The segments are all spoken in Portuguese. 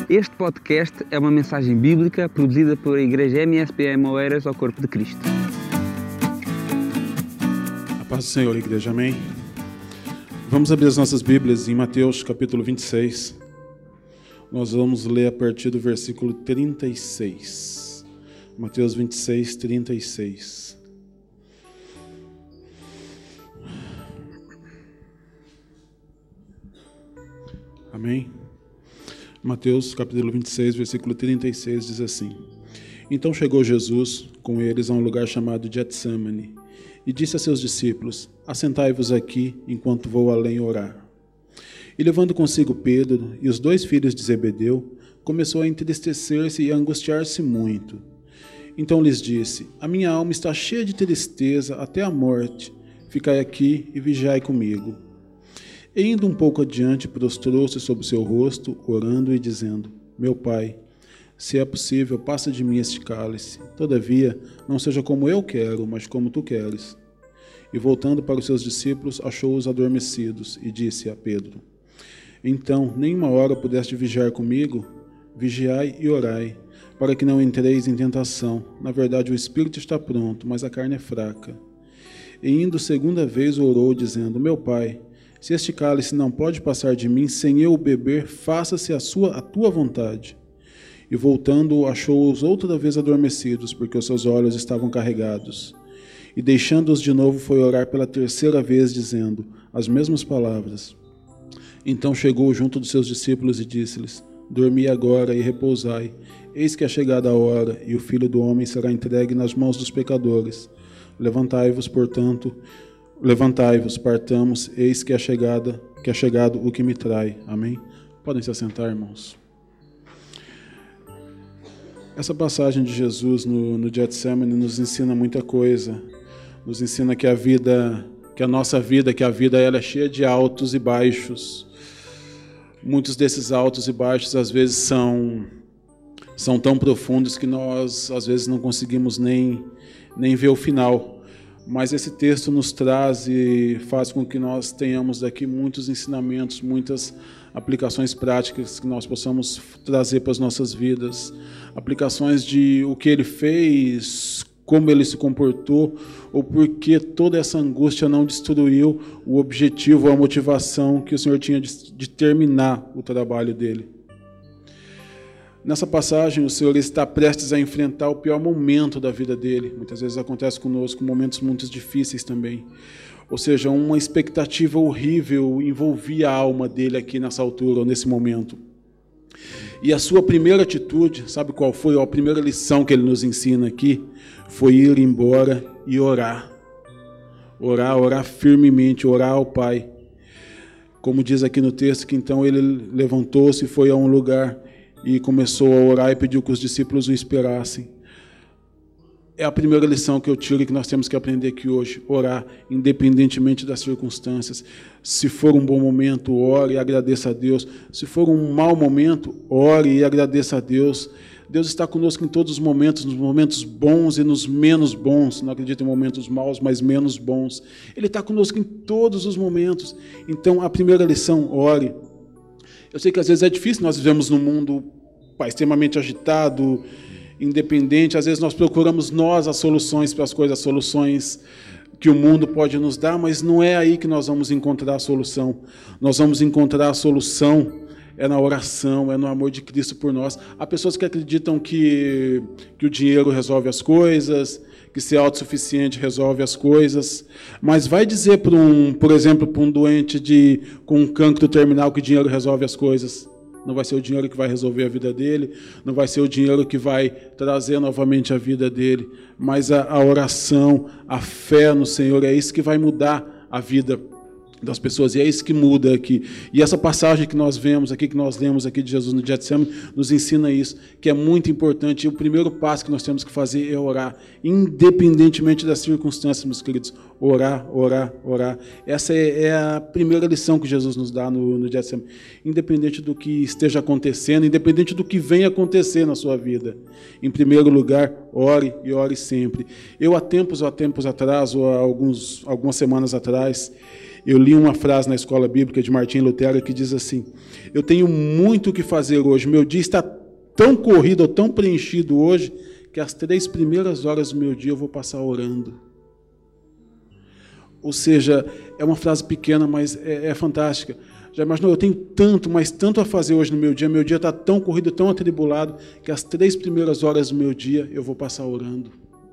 Este podcast é uma mensagem bíblica produzida pela Igreja MSPM Oeiras ao Corpo de Cristo. A paz do Senhor, igreja, amém? Vamos abrir as nossas Bíblias em Mateus capítulo 26. Nós vamos ler a partir do versículo 36. Mateus 26, 36. Amém? Mateus capítulo 26, versículo 36 diz assim: Então chegou Jesus com eles a um lugar chamado Getsemane e disse a seus discípulos: Assentai-vos aqui enquanto vou além orar. E levando consigo Pedro e os dois filhos de Zebedeu, começou a entristecer-se e a angustiar-se muito. Então lhes disse: A minha alma está cheia de tristeza até a morte. Ficai aqui e vigiai comigo. E indo um pouco adiante, prostrou-se sobre o seu rosto, orando e dizendo: Meu Pai, se é possível, passa de mim este cálice. Todavia, não seja como eu quero, mas como tu queres. E voltando para os seus discípulos, achou-os adormecidos e disse a Pedro: Então, nem uma hora pudeste vigiar comigo? Vigiai e orai, para que não entreis em tentação. Na verdade, o espírito está pronto, mas a carne é fraca. E indo segunda vez, orou, dizendo: Meu Pai, se este cálice não pode passar de mim, sem eu o beber, faça-se a tua vontade. E voltando, achou-os outra vez adormecidos, porque os seus olhos estavam carregados. E deixando-os de novo, foi orar pela terceira vez, dizendo as mesmas palavras. Então chegou junto dos seus discípulos e disse-lhes: Dormi agora e repousai. Eis que é chegada a hora, e o Filho do Homem será entregue nas mãos dos pecadores. Levantai-vos, partamos, eis que é chegado o que me trai. Amém? Podem se assentar, irmãos. Essa passagem de Jesus no Getsemane nos ensina muita coisa. Nos ensina que a vida ela é cheia de altos e baixos. Muitos desses altos e baixos às vezes são tão profundos que nós às vezes não conseguimos nem ver o final. Mas esse texto nos traz e faz com que nós tenhamos daqui muitos ensinamentos, muitas aplicações práticas que nós possamos trazer para as nossas vidas. Aplicações de o que ele fez, como ele se comportou, ou porque toda essa angústia não destruiu o objetivo, a motivação que o Senhor tinha de terminar o trabalho dele. Nessa passagem, o Senhor está prestes a enfrentar o pior momento da vida dele. Muitas vezes acontece conosco momentos muito difíceis também. Ou seja, uma expectativa horrível envolvia a alma dele aqui nessa altura, ou nesse momento. E a sua primeira atitude, sabe qual foi? A primeira lição que ele nos ensina aqui foi ir embora e orar. Orar firmemente, orar ao Pai. Como diz aqui no texto, que então ele levantou-se e foi a um lugar e começou a orar e pediu que os discípulos o esperassem. É a primeira lição que eu tiro e que nós temos que aprender aqui hoje. Orar, independentemente das circunstâncias. Se for um bom momento, ore e agradeça a Deus. Se for um mau momento, ore e agradeça a Deus. Deus está conosco em todos os momentos, nos momentos bons e nos menos bons. Não acredito em momentos maus, mas menos bons. Ele está conosco em todos os momentos. Então, a primeira lição, ore. Eu sei que às vezes é difícil, nós vivemos num mundo extremamente agitado, independente, às vezes nós procuramos as soluções para as coisas, as soluções que o mundo pode nos dar, mas não é aí que nós vamos encontrar a solução. Nós vamos encontrar a solução na oração, no amor de Cristo por nós. Há pessoas que acreditam que o dinheiro resolve as coisas, que ser autossuficiente resolve as coisas, mas vai dizer, por exemplo, para um doente com um cancro terminal que dinheiro resolve as coisas. Não vai ser o dinheiro que vai resolver a vida dele, não vai ser o dinheiro que vai trazer novamente a vida dele, mas a oração, a fé no Senhor, é isso que vai mudar a vida das pessoas, e é isso que muda aqui. E essa passagem que nós vemos aqui, que nós lemos aqui de Jesus no Getsemane, nos ensina isso, que é muito importante. E o primeiro passo que nós temos que fazer é orar, independentemente das circunstâncias, meus queridos. Orar, orar, orar. Essa é a primeira lição que Jesus nos dá no Getsemane. Independente do que esteja acontecendo, independente do que venha acontecer na sua vida. Em primeiro lugar, ore e ore sempre. Eu, há tempos atrás, ou há algumas semanas atrás, Eu li uma frase na escola bíblica de Martim Lutero que diz assim: eu tenho muito o que fazer hoje, meu dia está tão corrido ou tão preenchido hoje, que as 3 primeiras horas do meu dia eu vou passar orando. Ou seja, é uma frase pequena, mas é fantástica. Já imaginou? Eu tenho tanto, mas tanto a fazer hoje no meu dia está tão corrido, tão atribulado, que as 3 primeiras horas do meu dia eu vou passar orando.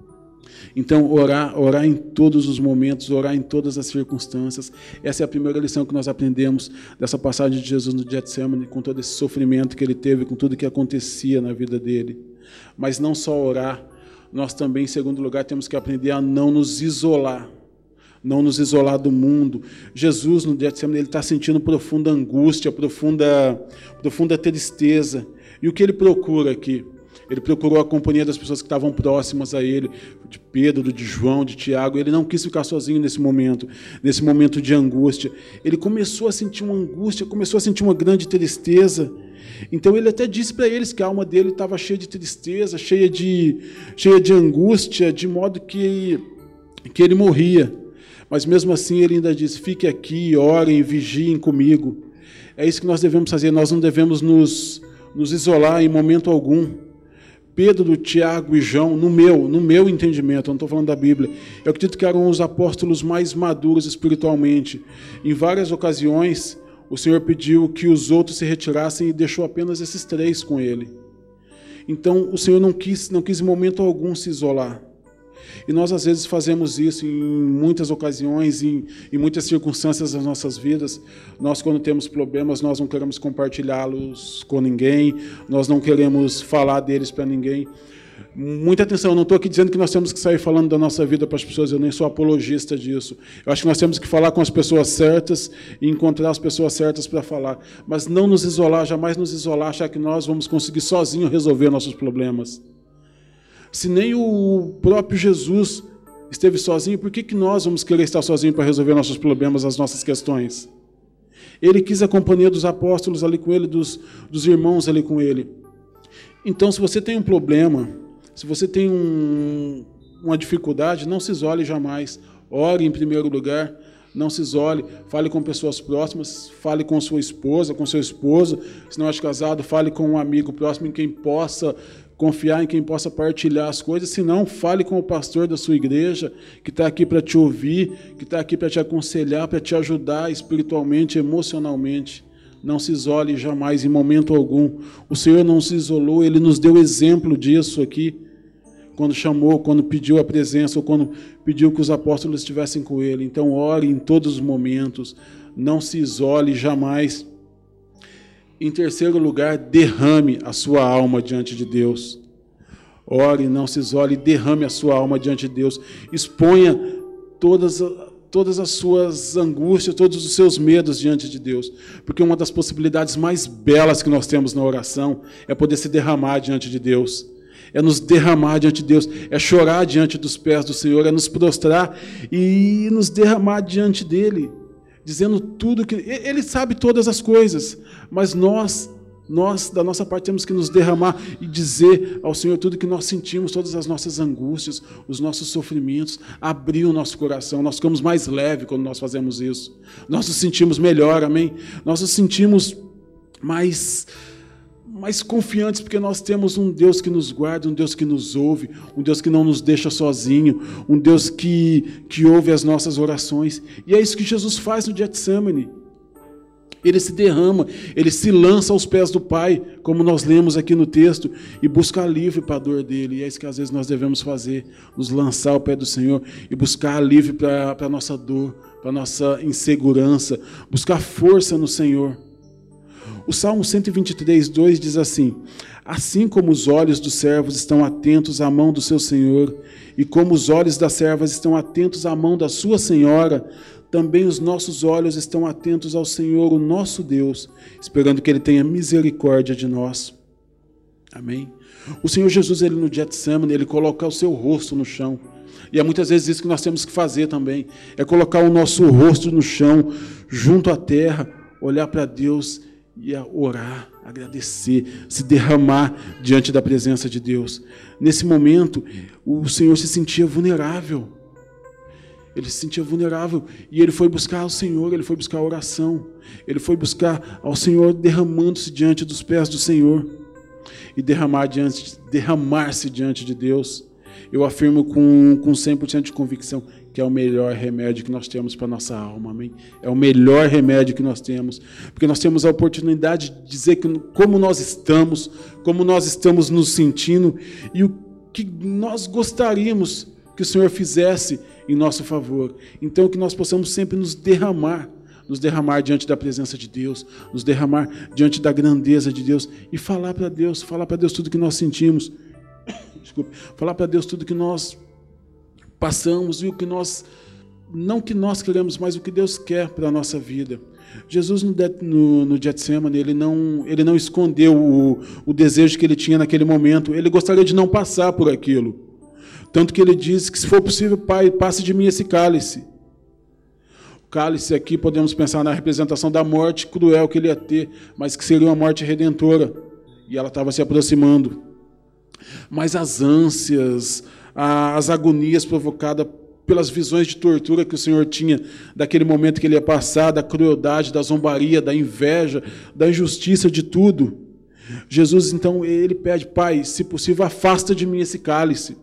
Então, orar em todos os momentos, orar em todas as circunstâncias. Essa é a primeira lição que nós aprendemos dessa passagem de Jesus no Getsemane, com todo esse sofrimento que ele teve, com tudo que acontecia na vida dele. Mas não só orar, nós também, em segundo lugar, temos que aprender a não nos isolar. Não nos isolar do mundo. Jesus, no Getsemane, ele está sentindo profunda angústia, profunda tristeza. E o que ele procura aqui? Ele procurou a companhia das pessoas que estavam próximas a ele, de Pedro, de João, de Tiago. Ele não quis ficar sozinho nesse momento de angústia. Ele começou a sentir uma angústia, começou a sentir uma grande tristeza. Então ele até disse para eles que a alma dele estava cheia de tristeza, cheia de angústia, de modo que ele morria. Mas mesmo assim ele ainda disse: fique aqui, orem, vigiem comigo. É isso que nós devemos fazer, nós não devemos nos isolar em momento algum. Pedro, Tiago e João, no meu entendimento, eu não estou falando da Bíblia, eu acredito que eram os apóstolos mais maduros espiritualmente. Em várias ocasiões, o Senhor pediu que os outros se retirassem e deixou apenas esses 3 com ele. Então, o Senhor não quis em momento algum se isolar. E nós, às vezes, fazemos isso em muitas ocasiões, em muitas circunstâncias das nossas vidas. Nós, quando temos problemas, nós não queremos compartilhá-los com ninguém, nós não queremos falar deles para ninguém. Muita atenção, eu não estou aqui dizendo que nós temos que sair falando da nossa vida para as pessoas, eu nem sou apologista disso. Eu acho que nós temos que falar com as pessoas certas e encontrar as pessoas certas para falar. Mas não nos isolar, jamais nos isolar, achar que nós vamos conseguir sozinhos resolver nossos problemas. Se nem o próprio Jesus esteve sozinho, por que nós vamos querer estar sozinhos para resolver nossos problemas, as nossas questões? Ele quis a companhia dos apóstolos ali com ele, dos irmãos ali com ele. Então, se você tem um problema, se você tem uma dificuldade, não se isole jamais. Ore em primeiro lugar, não se isole. Fale com pessoas próximas, fale com sua esposa, com seu esposo. Se não é casado, fale com um amigo próximo em quem possa confiar, em quem possa partilhar as coisas. Se não, fale com o pastor da sua igreja, que está aqui para te ouvir, que está aqui para te aconselhar, para te ajudar espiritualmente, emocionalmente. Não se isole jamais, em momento algum. O Senhor não se isolou, Ele nos deu exemplo disso aqui, quando chamou, quando pediu a presença, ou quando pediu que os apóstolos estivessem com Ele. Então, ore em todos os momentos, não se isole jamais. Em terceiro lugar, derrame a sua alma diante de Deus. Ore, não se isole, derrame a sua alma diante de Deus. Exponha todas as suas angústias, todos os seus medos diante de Deus. Porque uma das possibilidades mais belas que nós temos na oração é poder se derramar diante de Deus. É nos derramar diante de Deus, é chorar diante dos pés do Senhor, é nos prostrar e nos derramar diante dEle, dizendo tudo que... Ele sabe todas as coisas, mas nós, da nossa parte, temos que nos derramar e dizer ao Senhor tudo que nós sentimos, todas as nossas angústias, os nossos sofrimentos, abrir o nosso coração. Nós ficamos mais leves quando nós fazemos isso. Nós nos sentimos melhor, amém? Nós nos sentimos mais confiantes, porque nós temos um Deus que nos guarda, um Deus que nos ouve, um Deus que não nos deixa sozinho, um Deus que ouve as nossas orações. E é isso que Jesus faz no Getsemane. Ele se derrama, ele se lança aos pés do Pai, como nós lemos aqui no texto, e busca alívio para a dor dele. E é isso que às vezes nós devemos fazer, nos lançar ao pé do Senhor e buscar alívio para a nossa dor, para a nossa insegurança, buscar força no Senhor. O Salmo 123, 2 diz assim: assim como os olhos dos servos estão atentos à mão do seu Senhor, e como os olhos das servas estão atentos à mão da sua Senhora, também os nossos olhos estão atentos ao Senhor, o nosso Deus, esperando que Ele tenha misericórdia de nós. Amém? O Senhor Jesus, Ele no Getsemane, Ele coloca o seu rosto no chão. E é muitas vezes isso que nós temos que fazer também, é colocar o nosso rosto no chão, junto à terra, olhar para Deus e a orar, agradecer, se derramar diante da presença de Deus. Nesse momento, o Senhor se sentia vulnerável. Ele se sentia vulnerável e ele foi buscar o Senhor, ele foi buscar a oração, ele foi buscar ao Senhor, derramando-se diante dos pés do Senhor e derramar-se diante de Deus. Eu afirmo com 100% de convicção que é o melhor remédio que nós temos para a nossa alma, amém? É o melhor remédio que nós temos, porque nós temos a oportunidade de dizer como nós estamos nos sentindo e o que nós gostaríamos que o Senhor fizesse em nosso favor. Então, que nós possamos sempre nos derramar diante da presença de Deus, nos derramar diante da grandeza de Deus e falar para Deus tudo que nós sentimos. Desculpe, falar para Deus tudo que nós passamos e o que nós, não que nós queremos, mas o que Deus quer para a nossa vida. Jesus no Getsemane, ele não escondeu o desejo que ele tinha naquele momento, ele gostaria de não passar por aquilo. Tanto que ele diz que, se for possível, Pai, passe de mim esse cálice. O cálice aqui podemos pensar na representação da morte cruel que ele ia ter, mas que seria uma morte redentora. E ela estava se aproximando. Mas as ânsias, as agonias provocadas pelas visões de tortura que o Senhor tinha daquele momento que ele ia passar, da crueldade, da zombaria, da inveja, da injustiça, de tudo. Jesus, então, ele pede: Pai, se possível, afasta de mim esse cálice.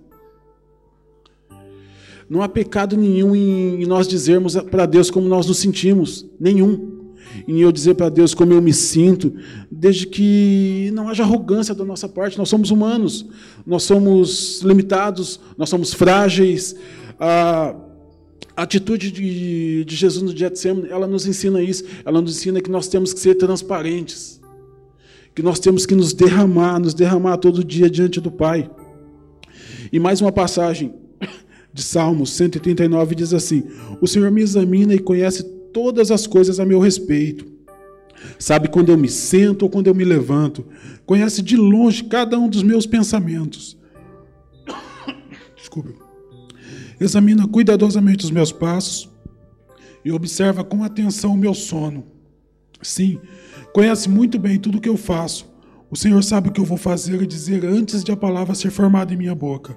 Não há pecado nenhum em nós dizermos para Deus como nós nos sentimos. Nenhum. Em eu dizer para Deus como eu me sinto, desde que não haja arrogância da nossa parte. Nós somos humanos, nós somos limitados, nós somos frágeis. A atitude de Jesus no Getsemane, ela nos ensina isso. Ela nos ensina que nós temos que ser transparentes, que nós temos que nos derramar todo dia diante do Pai. E mais uma passagem de Salmos 139 diz assim: o Senhor me examina e conhece todas as coisas a meu respeito. Sabe quando eu me sento ou quando eu me levanto. Conhece de longe cada um dos meus pensamentos. Desculpe. Examina cuidadosamente os meus passos e observa com atenção o meu sono. Sim, conhece muito bem tudo o que eu faço. O Senhor sabe o que eu vou fazer e dizer antes de a palavra ser formada em minha boca.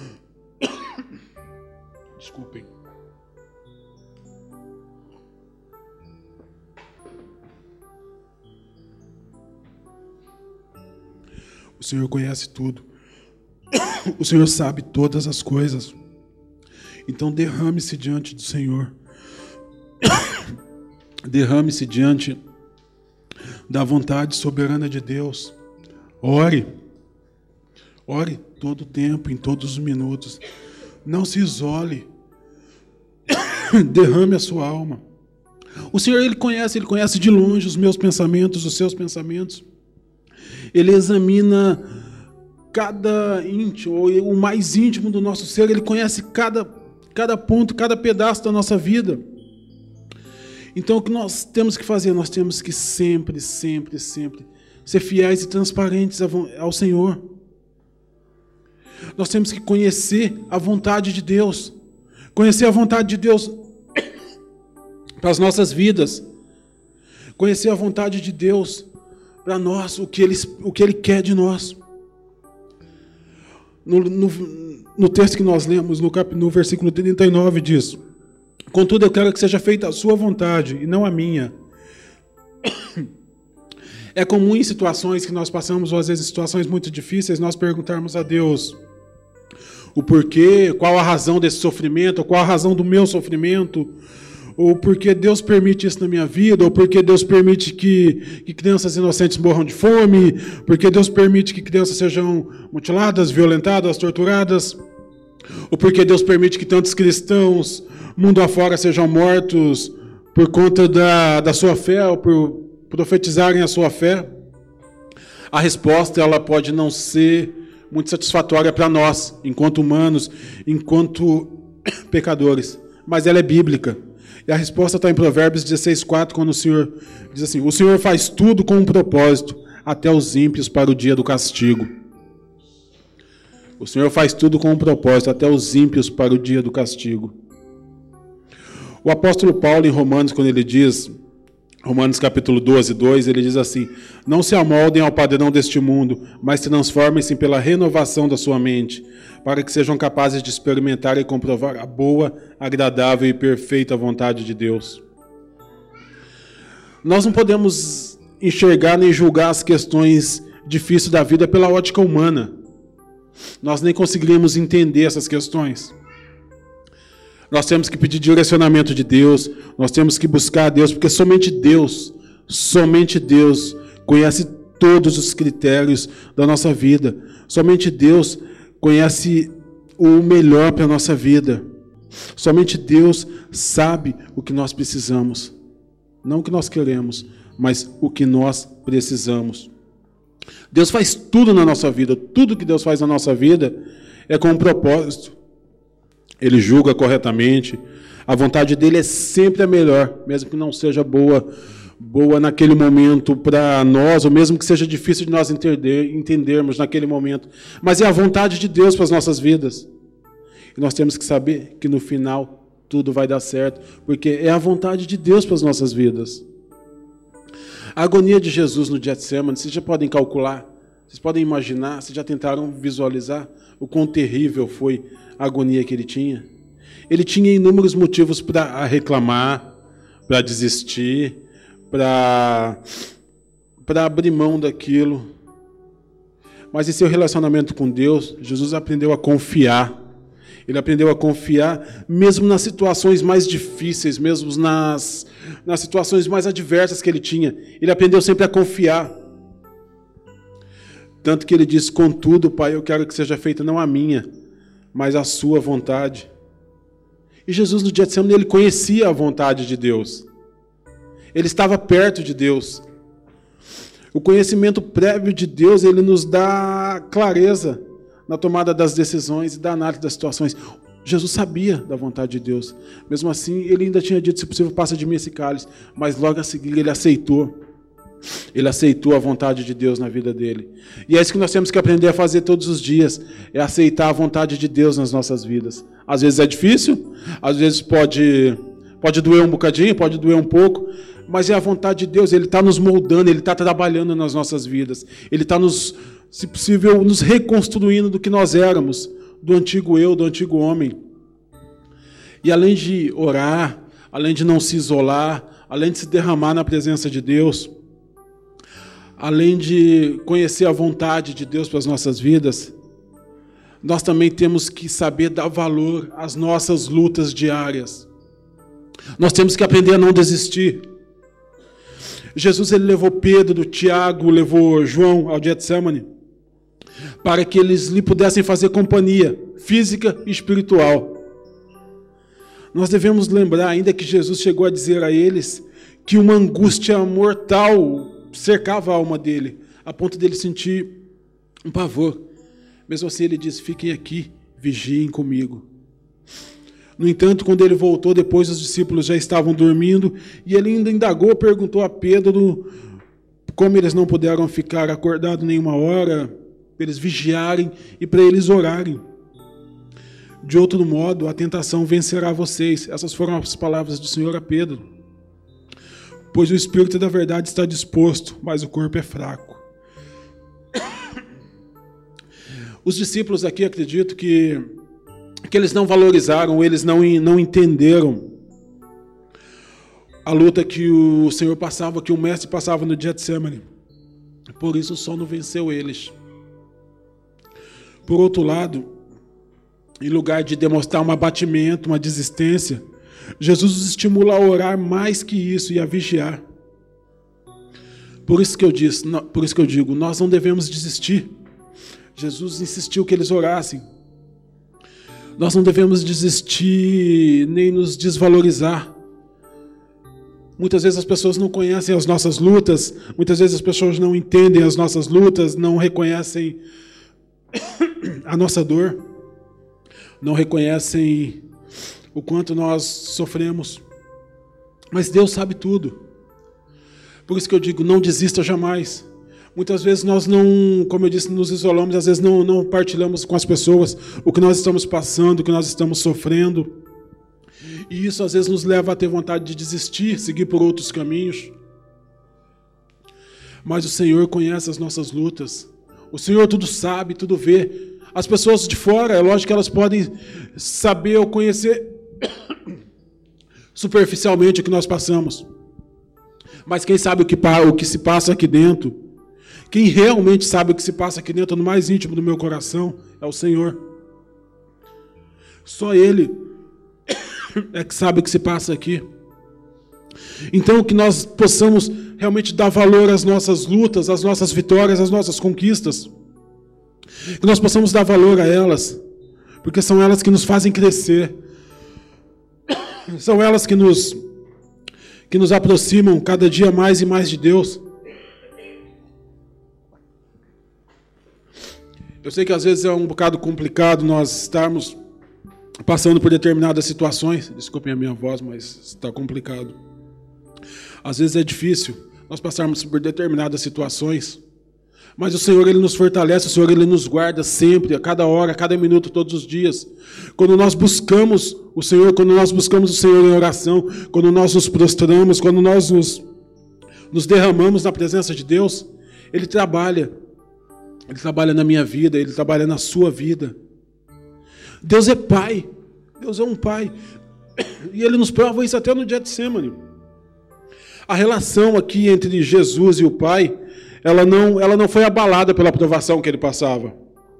Desculpem. O Senhor conhece tudo. O Senhor sabe todas as coisas. Então derrame-se diante do Senhor. Derrame-se diante da vontade soberana de Deus. Ore. Ore todo o tempo, em todos os minutos. Não se isole. Derrame a sua alma. O Senhor, Ele conhece de longe os meus pensamentos, os seus pensamentos. Ele examina cada íntimo, ou o mais íntimo do nosso ser. Ele conhece cada ponto, cada pedaço da nossa vida. Então, o que nós temos que fazer? Nós temos que sempre ser fiéis e transparentes ao Senhor. Nós temos que conhecer a vontade de Deus. Conhecer a vontade de Deus para as nossas vidas. Conhecer a vontade de Deus para nós, o que Ele quer de nós. No texto que nós lemos, no versículo 39, diz: contudo, eu quero que seja feita a sua vontade e não a minha. É comum em situações que nós passamos, ou às vezes em situações muito difíceis, nós perguntarmos a Deus o porquê, qual a razão desse sofrimento, ou qual a razão do meu sofrimento, ou porque Deus permite isso na minha vida, ou porque Deus permite que crianças inocentes morram de fome, porque Deus permite que crianças sejam mutiladas, violentadas, torturadas, ou porque Deus permite que tantos cristãos, mundo afora, sejam mortos por conta da sua fé, ou por profetizarem a sua fé. A resposta, ela pode não ser muito satisfatória para nós, enquanto humanos, enquanto pecadores, mas ela é bíblica. E a resposta está em Provérbios 16:4, quando o Senhor diz assim: o Senhor faz tudo com um propósito, até os ímpios para o dia do castigo. O Senhor faz tudo com um propósito, até os ímpios para o dia do castigo. O apóstolo Paulo, em Romanos, quando ele diz: Romanos capítulo 12, 2, ele diz assim: não se amoldem ao padrão deste mundo, mas transformem-se pela renovação da sua mente, para que sejam capazes de experimentar e comprovar a boa, agradável e perfeita vontade de Deus. Nós não podemos enxergar nem julgar as questões difíceis da vida pela ótica humana. Nós nem conseguiríamos entender essas questões. Nós temos que pedir direcionamento de Deus, nós temos que buscar a Deus, porque somente Deus conhece todos os critérios da nossa vida. Somente Deus conhece o melhor para a nossa vida. Somente Deus sabe o que nós precisamos. Não o que nós queremos, mas o que nós precisamos. Deus faz tudo na nossa vida. Tudo que Deus faz na nossa vida é com um propósito. Ele julga corretamente. A vontade dele é sempre a melhor, mesmo que não seja boa naquele momento para nós, ou mesmo que seja difícil de nós entendermos naquele momento. Mas é a vontade de Deus para as nossas vidas. E nós temos que saber que no final tudo vai dar certo, porque é a vontade de Deus para as nossas vidas. A agonia de Jesus no Getsemane, vocês já podem calcular, vocês podem imaginar, vocês já tentaram visualizar o quão terrível foi a agonia que ele tinha? Ele tinha inúmeros motivos para reclamar, para desistir, para abrir mão daquilo. Mas em seu relacionamento com Deus, Jesus aprendeu a confiar. Ele aprendeu a confiar mesmo nas situações mais difíceis, mesmo nas situações mais adversas que ele tinha. Ele aprendeu sempre a confiar. Tanto que ele disse: contudo, Pai, eu quero que seja feita não a minha, mas a sua vontade. E Jesus no Getsemane, ele conhecia a vontade de Deus. Ele estava perto de Deus. O conhecimento prévio de Deus, ele nos dá clareza na tomada das decisões e da análise das situações. Jesus sabia da vontade de Deus. Mesmo assim, ele ainda tinha dito: se possível, passa de mim esse cálice. Mas logo a seguir ele aceitou. Ele aceitou a vontade de Deus na vida dele. E é isso que nós temos que aprender a fazer todos os dias. É aceitar a vontade de Deus nas nossas vidas. Às vezes é difícil, às vezes pode doer um bocadinho, pode doer um pouco, mas é a vontade de Deus. Ele está nos moldando, Ele está trabalhando nas nossas vidas. Ele está, se possível, nos reconstruindo do que nós éramos, do antigo eu, do antigo homem. E além de orar, além de não se isolar, além de se derramar na presença de Deus, além de conhecer a vontade de Deus para as nossas vidas, nós também temos que saber dar valor às nossas lutas diárias. Nós temos que aprender a não desistir. Jesus, ele levou Pedro, Tiago, levou João ao Getsemane, para que eles lhe pudessem fazer companhia física e espiritual. Nós devemos lembrar ainda que Jesus chegou a dizer a eles que uma angústia mortal cercava a alma dele, a ponto dele sentir um pavor. Mesmo assim ele diz: fiquem aqui, vigiem comigo. No entanto, quando ele voltou, depois os discípulos já estavam dormindo, e ele ainda indagou, perguntou a Pedro como eles não puderam ficar acordados nenhuma hora, para eles vigiarem e para eles orarem. De outro modo, a tentação vencerá vocês. Essas foram as palavras do Senhor a Pedro. Pois o Espírito da verdade está disposto, mas o corpo é fraco. Os discípulos aqui, acredito que eles não valorizaram, eles não entenderam a luta que o Senhor passava, que o Mestre passava no Getsemane. Por isso o sono venceu eles. Por outro lado, em lugar de demonstrar um abatimento, uma desistência, Jesus os estimula a orar mais que isso e a vigiar. Por isso que eu digo, nós não devemos desistir. Jesus insistiu que eles orassem. Nós não devemos desistir nem nos desvalorizar. Muitas vezes as pessoas não conhecem as nossas lutas, muitas vezes as pessoas não entendem as nossas lutas, não reconhecem a nossa dor, não reconhecem o quanto nós sofremos. Mas Deus sabe tudo. Por isso que eu digo, não desista jamais. Muitas vezes nós não, como eu disse, nos isolamos, às vezes não partilhamos com as pessoas o que nós estamos passando, o que nós estamos sofrendo. E isso às vezes nos leva a ter vontade de desistir, seguir por outros caminhos. Mas o Senhor conhece as nossas lutas. O Senhor tudo sabe, tudo vê. As pessoas de fora, é lógico que elas podem saber ou conhecer superficialmente o que nós passamos. Mas quem sabe o que se passa aqui dentro, quem realmente sabe o que se passa aqui dentro, no mais íntimo do meu coração, é o Senhor. Só Ele é que sabe o que se passa aqui. Então, que nós possamos realmente dar valor às nossas lutas, às nossas vitórias, às nossas conquistas. Que nós possamos dar valor a elas, porque são elas que nos fazem crescer. São elas que nos aproximam cada dia mais e mais de Deus. Eu sei que às vezes é um bocado complicado nós estarmos passando por determinadas situações. Desculpem a minha voz, mas está complicado. Às vezes é difícil nós passarmos por determinadas situações, mas o Senhor, Ele nos fortalece, o Senhor, Ele nos guarda sempre, a cada hora, a cada minuto, todos os dias. Quando nós buscamos o Senhor, em oração, quando nós nos prostramos, quando nós nos derramamos na presença de Deus, Ele trabalha na minha vida, Ele trabalha na sua vida. Deus é Pai, Deus é um Pai, e Ele nos prova isso até no Getsemane. A relação aqui entre Jesus e o Pai, ela não foi abalada pela provação que Ele passava.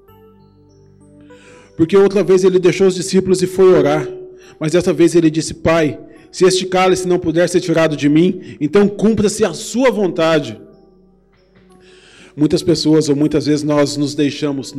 Porque outra vez Ele deixou os discípulos e foi orar, mas dessa vez Ele disse: Pai, se este cálice não puder ser tirado de mim, então cumpra-se a sua vontade. Muitas pessoas, ou muitas vezes nós nos deixamos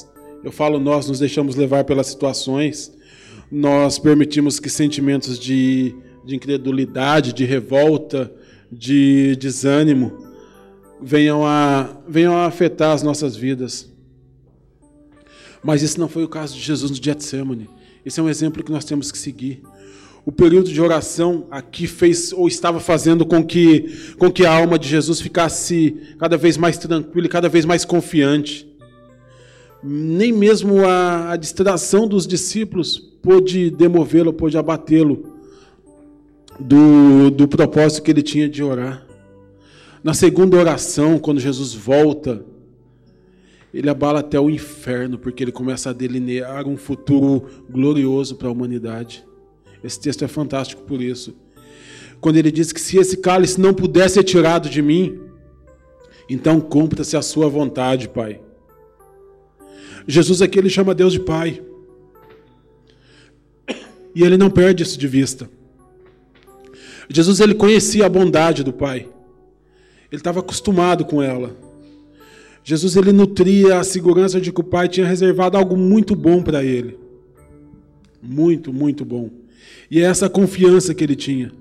levar pelas situações, nós permitimos que sentimentos de incredulidade, de revolta, de desânimo venham a afetar as nossas vidas. Mas esse não foi o caso de Jesus no Getsemane. Esse é um exemplo que nós temos que seguir. O período de oração aqui fez ou estava fazendo com que a alma de Jesus ficasse cada vez mais tranquila e cada vez mais confiante. Nem mesmo a distração dos discípulos pôde demovê-lo, pôde abatê-lo do propósito que ele tinha de orar. Na segunda oração, quando Jesus volta, ele abala até o inferno, porque ele começa a delinear um futuro glorioso para a humanidade. Esse texto é fantástico por isso. Quando ele diz que se esse cálice não puder ser tirado de mim, então cumpra-se a sua vontade, Pai. Jesus aqui, ele chama Deus de Pai. E ele não perde isso de vista. Jesus, ele conhecia a bondade do Pai. Ele estava acostumado com ela. Jesus, ele nutria a segurança de que o Pai tinha reservado algo muito bom para ele. Muito, muito bom. E é essa confiança que ele tinha.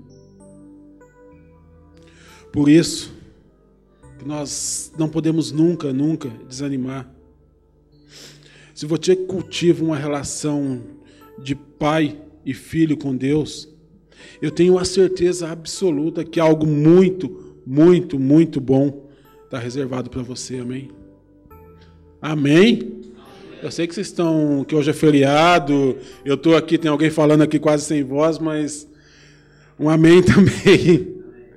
Por isso, que nós não podemos nunca, nunca desanimar. Se você cultiva uma relação de pai e filho com Deus, eu tenho a certeza absoluta que algo muito, muito, muito bom está reservado para você, amém? Amém? Eu sei que vocês estão, que hoje é feriado, eu estou aqui, tem alguém falando aqui quase sem voz, mas um amém também.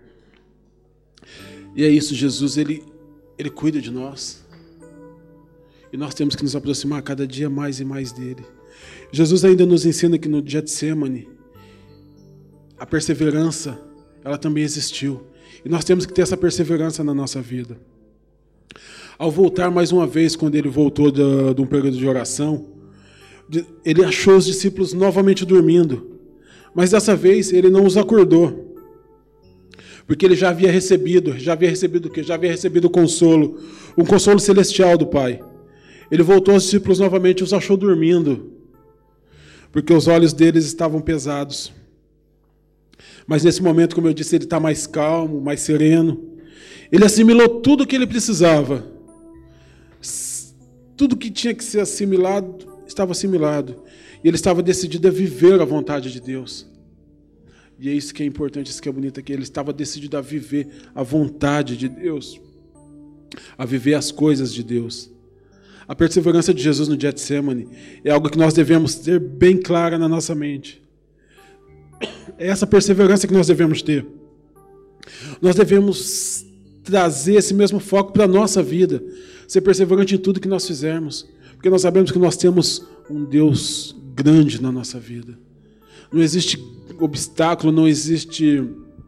E é isso, Jesus, ele cuida de nós. E nós temos que nos aproximar cada dia mais e mais dele. Jesus ainda nos ensina que no Getsemane, a perseverança, ela também existiu. E nós temos que ter essa perseverança na nossa vida. Ao voltar mais uma vez, quando ele voltou de um período de oração, ele achou os discípulos novamente dormindo. Mas dessa vez ele não os acordou. Porque ele já havia recebido o quê? Já havia recebido o consolo, um consolo celestial do Pai. Ele voltou aos discípulos novamente e os achou dormindo, porque os olhos deles estavam pesados. Mas nesse momento, como eu disse, ele está mais calmo, mais sereno. Ele assimilou tudo o que ele precisava. Tudo que tinha que ser assimilado, estava assimilado. E ele estava decidido a viver a vontade de Deus. E é isso que é importante, isso que é bonito aqui. Ele estava decidido a viver a vontade de Deus, a viver as coisas de Deus. A perseverança de Jesus no Getsemane é algo que nós devemos ter bem clara na nossa mente. É essa perseverança que nós devemos ter. Nós devemos trazer esse mesmo foco para a nossa vida, ser perseverante em tudo que nós fizermos, porque nós sabemos que nós temos um Deus grande na nossa vida. Não existe obstáculo, não existe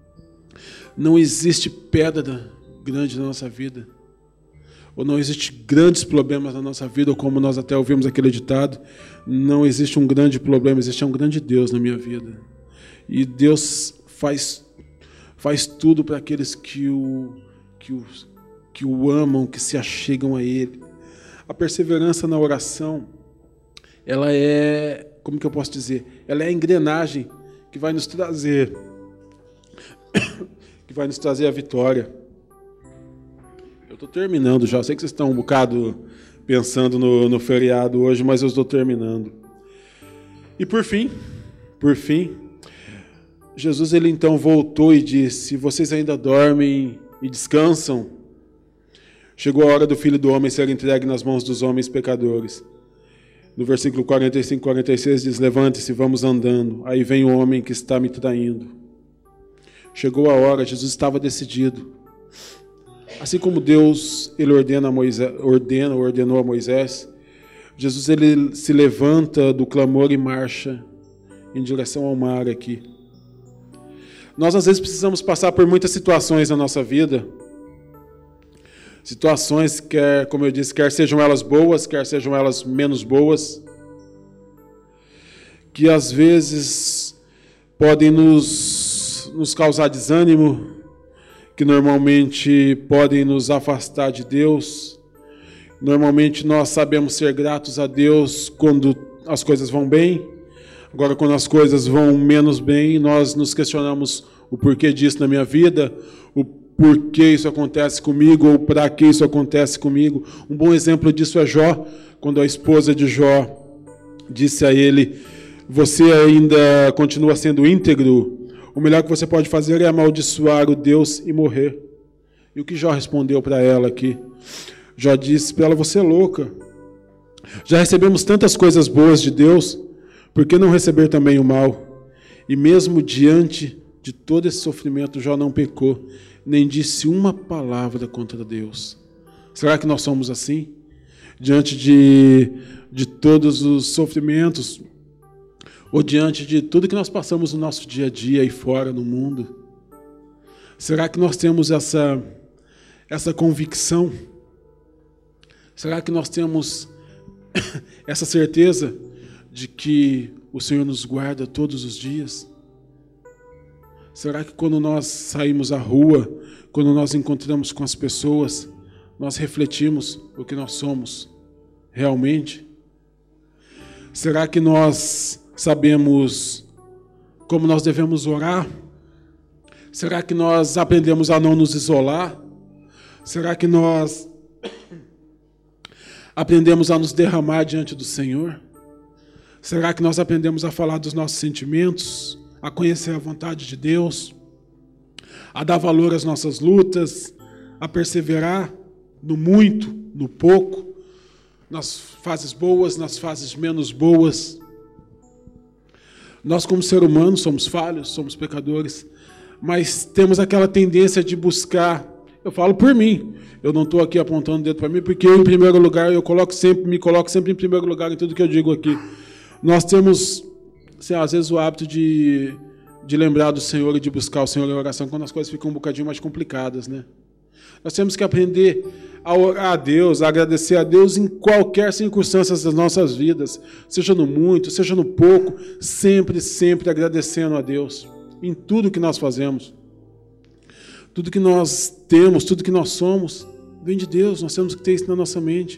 pedra grande na nossa vida, ou não existe grandes problemas na nossa vida, ou como nós até ouvimos aquele ditado, não existe um grande problema, existe um grande Deus na minha vida. E Deus faz tudo para aqueles que o amam, que se achegam a Ele. A perseverança na oração, ela é, como que eu posso dizer? Ela é a engrenagem que vai nos trazer a vitória. Eu estou terminando já. Eu sei que vocês estão um bocado pensando no feriado hoje, mas eu estou terminando. E por fim, Jesus ele então voltou e disse: vocês ainda dormem e descansam? Chegou a hora do Filho do Homem ser entregue nas mãos dos homens pecadores. No versículo 45, 46 diz: levante-se, vamos andando. Aí vem o homem que está me traindo. Chegou a hora, Jesus estava decidido. Assim como Deus ele ordenou a Moisés, Jesus ele se levanta do clamor e marcha em direção ao mar aqui. Nós às vezes precisamos passar por muitas situações na nossa vida. Situações, como eu disse, quer sejam elas boas, quer sejam elas menos boas, que às vezes podem nos causar desânimo, que normalmente podem nos afastar de Deus. Normalmente nós sabemos ser gratos a Deus quando as coisas vão bem. Agora, quando as coisas vão menos bem, nós nos questionamos o porquê disso na minha vida, o porquê isso acontece comigo, ou para que isso acontece comigo. Um bom exemplo disso é Jó, quando a esposa de Jó disse a ele: você ainda continua sendo íntegro? O melhor que você pode fazer é amaldiçoar o Deus e morrer. E o que Jó respondeu para ela aqui? Jó disse para ela: você é louca. Já recebemos tantas coisas boas de Deus, por que não receber também o mal? E mesmo diante de todo esse sofrimento, Jó não pecou, nem disse uma palavra contra Deus. Será que nós somos assim? Diante de todos os sofrimentos, ou diante de tudo que nós passamos no nosso dia a dia e fora no mundo? Será que nós temos essa convicção? Será que nós temos essa certeza de que o Senhor nos guarda todos os dias? Será que quando nós saímos à rua, quando nós encontramos com as pessoas, nós refletimos o que nós somos realmente? Será que nós sabemos como nós devemos orar? Será que nós aprendemos a não nos isolar? Será que nós aprendemos a nos derramar diante do Senhor? Será que nós aprendemos a falar dos nossos sentimentos, a conhecer a vontade de Deus, a dar valor às nossas lutas, a perseverar no muito, no pouco, nas fases boas, nas fases menos boas? Nós, como ser humano, somos falhos, somos pecadores, mas temos aquela tendência de buscar. Eu falo por mim, eu não estou aqui apontando o dedo para mim, porque eu, em primeiro lugar, me coloco sempre em primeiro lugar em tudo que eu digo aqui. Nós temos, assim, às vezes, o hábito de lembrar do Senhor e de buscar o Senhor em oração quando as coisas ficam um bocadinho mais complicadas, né? Nós temos que aprender a orar a Deus, a agradecer a Deus em qualquer circunstância das nossas vidas, seja no muito, seja no pouco, sempre, sempre agradecendo a Deus em tudo que nós fazemos. Tudo que nós temos, tudo que nós somos, vem de Deus, nós temos que ter isso na nossa mente.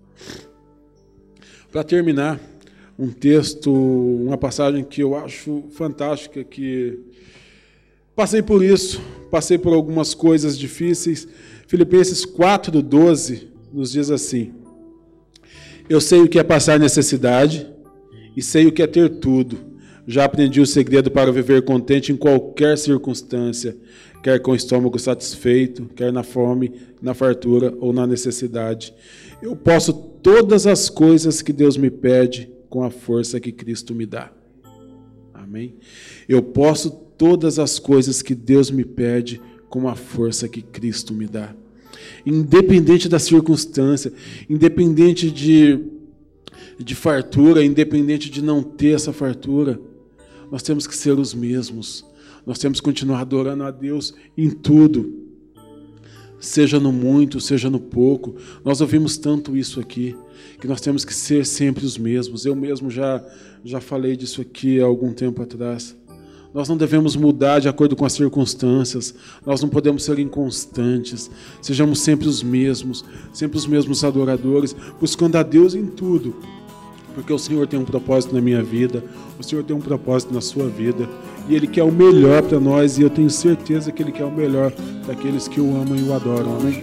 Para terminar, um texto, uma passagem que eu acho fantástica, que passei por isso, passei por algumas coisas difíceis. Filipenses 4:12 nos diz assim: eu sei o que é passar necessidade e sei o que é ter tudo. Já aprendi o segredo para viver contente em qualquer circunstância, quer com o estômago satisfeito, quer na fome, na fartura ou na necessidade. Eu posso todas as coisas que Deus me pede com a força que Cristo me dá. Amém? Eu posso todas as coisas que Deus me pede com a força que Cristo me dá. Independente da circunstância, independente de fartura, independente de não ter essa fartura, nós temos que ser os mesmos. Nós temos que continuar adorando a Deus em tudo. Seja no muito, seja no pouco. Nós ouvimos tanto isso aqui, que nós temos que ser sempre os mesmos. Eu mesmo já falei disso aqui há algum tempo atrás. Nós não devemos mudar de acordo com as circunstâncias. Nós não podemos ser inconstantes. Sejamos sempre os mesmos adoradores, buscando a Deus em tudo. Porque o Senhor tem um propósito na minha vida, o Senhor tem um propósito na sua vida, e Ele quer o melhor para nós, e eu tenho certeza que Ele quer o melhor daqueles que o amam e o adoram. Amém?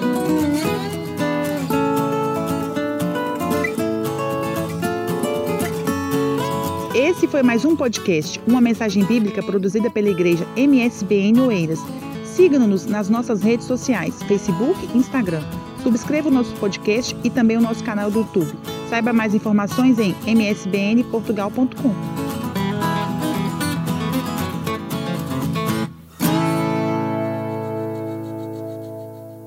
Esse foi mais um podcast, uma mensagem bíblica produzida pela Igreja MSBN Oeiras. Siga-nos nas nossas redes sociais, Facebook e Instagram. Subscreva o nosso podcast e também o nosso canal do YouTube. Saiba mais informações em msbnportugal.com.